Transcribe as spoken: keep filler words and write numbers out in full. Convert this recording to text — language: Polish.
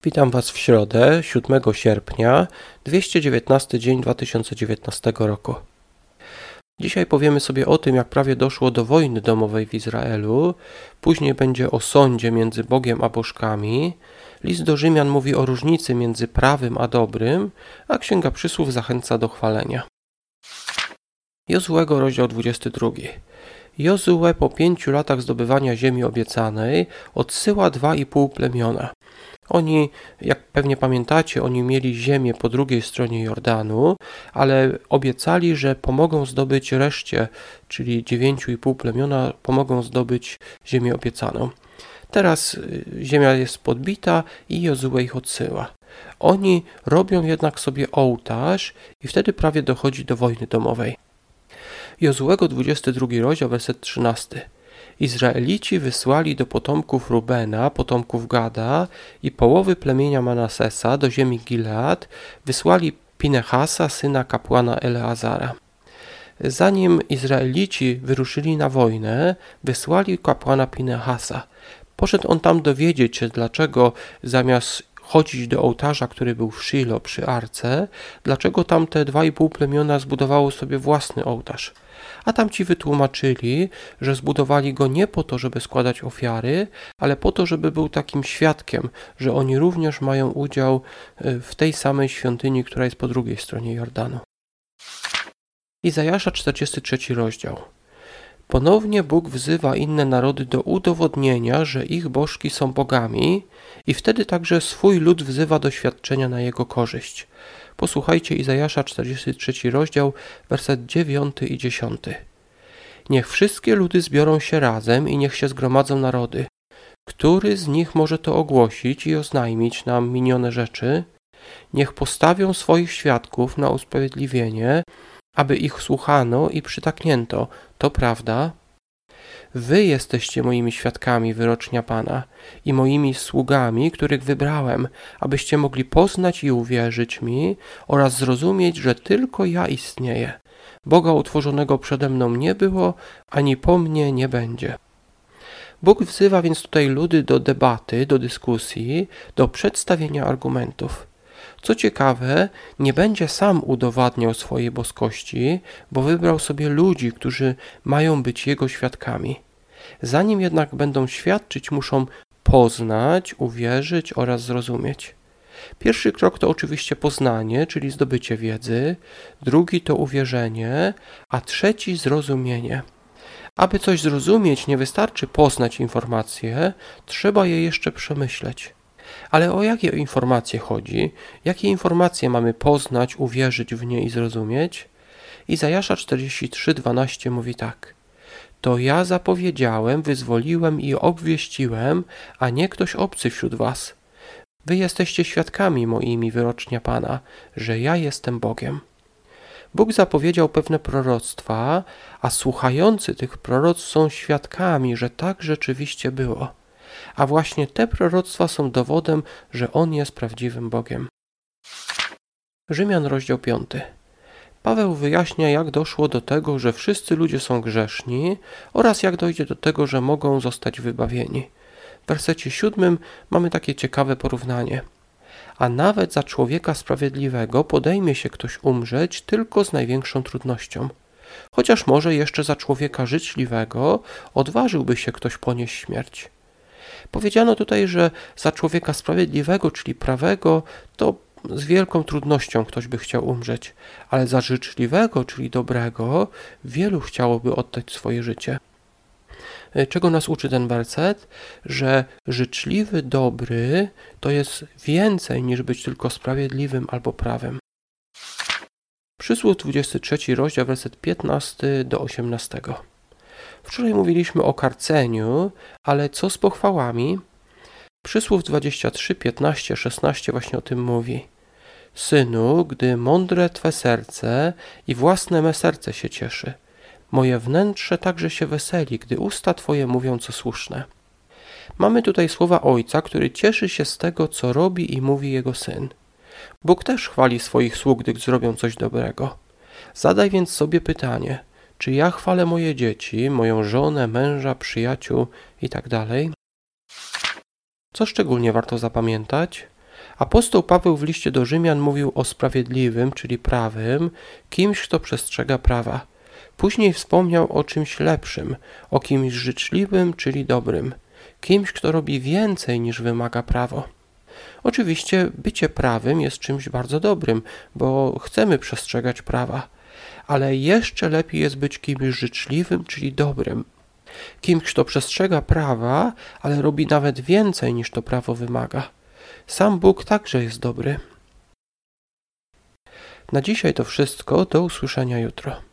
Witam Was w środę, siódmego sierpnia, dwieście dziewiętnasty dzień dwa tysiące dziewiętnastego roku. Dzisiaj powiemy sobie o tym, jak prawie doszło do wojny domowej w Izraelu, później będzie o sądzie między Bogiem a bożkami, list do Rzymian mówi o różnicy między prawym a dobrym, a Księga Przysłów zachęca do chwalenia. Jozuego, rozdział dwudziesty drugi. Jozue po pięciu latach zdobywania ziemi obiecanej odsyła dwa i pół plemiona. Oni, jak pewnie pamiętacie, oni mieli ziemię po drugiej stronie Jordanu, ale obiecali, że pomogą zdobyć reszcie, czyli dziewięciu i pół plemiona, pomogą zdobyć ziemię obiecaną. Teraz ziemia jest podbita i Jozue ich odsyła. Oni robią jednak sobie ołtarz i wtedy prawie dochodzi do wojny domowej. Jozuego dwudziesty drugi rozdział, werset trzynasty. Izraelici wysłali do potomków Rubena, potomków Gada i połowy plemienia Manasesa do ziemi Gilead, wysłali Pinehasa, syna kapłana Eleazara. Zanim Izraelici wyruszyli na wojnę, wysłali kapłana Pinehasa. Poszedł on tam dowiedzieć się, dlaczego zamiast chodzić do ołtarza, który był w Shilo przy arce, dlaczego tamte dwa i pół plemiona zbudowało sobie własny ołtarz. A tamci wytłumaczyli, że zbudowali go nie po to, żeby składać ofiary, ale po to, żeby był takim świadkiem, że oni również mają udział w tej samej świątyni, która jest po drugiej stronie Jordanu. Izajasza czterdziesty trzeci rozdział. Ponownie Bóg wzywa inne narody do udowodnienia, że ich bożki są bogami i wtedy także swój lud wzywa do świadczenia na jego korzyść. Posłuchajcie Izajasza czterdziesty trzeci rozdział, werset dziewiąty i dziesiąty. Niech wszystkie ludy zbiorą się razem i niech się zgromadzą narody. Który z nich może to ogłosić i oznajmić nam minione rzeczy? Niech postawią swoich świadków na usprawiedliwienie, aby ich słuchano i przytaknięto. To prawda? Wy jesteście moimi świadkami, wyrocznia Pana, i moimi sługami, których wybrałem, abyście mogli poznać i uwierzyć mi oraz zrozumieć, że tylko ja istnieję. Boga utworzonego przede mną nie było, ani po mnie nie będzie. Bóg wzywa więc tutaj ludy do debaty, do dyskusji, do przedstawienia argumentów. Co ciekawe, nie będzie sam udowadniał swojej boskości, bo wybrał sobie ludzi, którzy mają być Jego świadkami. Zanim jednak będą świadczyć, muszą poznać, uwierzyć oraz zrozumieć. Pierwszy krok to oczywiście poznanie, czyli zdobycie wiedzy, drugi to uwierzenie, a trzeci zrozumienie. Aby coś zrozumieć, nie wystarczy poznać informacje, trzeba je jeszcze przemyśleć. Ale o jakie informacje chodzi? Jakie informacje mamy poznać, uwierzyć w nie i zrozumieć? Izajasza czterdzieści trzy dwanaście mówi tak. To ja zapowiedziałem, wyzwoliłem i obwieściłem, a nie ktoś obcy wśród was. Wy jesteście świadkami moimi, wyrocznia Pana, że ja jestem Bogiem. Bóg zapowiedział pewne proroctwa, a słuchający tych proroctw są świadkami, że tak rzeczywiście było. A właśnie te proroctwa są dowodem, że On jest prawdziwym Bogiem. Rzymian, rozdział piąty. Paweł wyjaśnia, jak doszło do tego, że wszyscy ludzie są grzeszni oraz jak dojdzie do tego, że mogą zostać wybawieni. W wersecie siódmym mamy takie ciekawe porównanie. A nawet za człowieka sprawiedliwego podejmie się ktoś umrzeć tylko z największą trudnością. Chociaż może jeszcze za człowieka życzliwego odważyłby się ktoś ponieść śmierć. Powiedziano tutaj, że za człowieka sprawiedliwego, czyli prawego, to z wielką trudnością ktoś by chciał umrzeć, ale za życzliwego, czyli dobrego, wielu chciałoby oddać swoje życie. Czego nas uczy ten werset? Że życzliwy, dobry to jest więcej niż być tylko sprawiedliwym albo prawym. Przysłów dwudziesty trzeci rozdział, werset piętnasty do osiemnastego. Wczoraj mówiliśmy o karceniu, ale co z pochwałami? Przysłów dwadzieścia trzy, piętnaście, szesnaście właśnie o tym mówi. Synu, gdy mądre Twe serce i własne me serce się cieszy, moje wnętrze także się weseli, gdy usta Twoje mówią co słuszne. Mamy tutaj słowa Ojca, który cieszy się z tego, co robi i mówi Jego Syn. Bóg też chwali swoich sług, gdy zrobią coś dobrego. Zadaj więc sobie pytanie, czy ja chwalę moje dzieci, moją żonę, męża, przyjaciół i tak dalej? Co szczególnie warto zapamiętać? Apostoł Paweł w liście do Rzymian mówił o sprawiedliwym, czyli prawym, kimś, kto przestrzega prawa. Później wspomniał o czymś lepszym, o kimś życzliwym, czyli dobrym, kimś, kto robi więcej niż wymaga prawo. Oczywiście bycie prawym jest czymś bardzo dobrym, bo chcemy przestrzegać prawa, ale jeszcze lepiej jest być kimś życzliwym, czyli dobrym. Kimś, kto przestrzega prawa, ale robi nawet więcej niż to prawo wymaga. Sam Bóg także jest dobry. Na dzisiaj to wszystko, do usłyszenia jutro.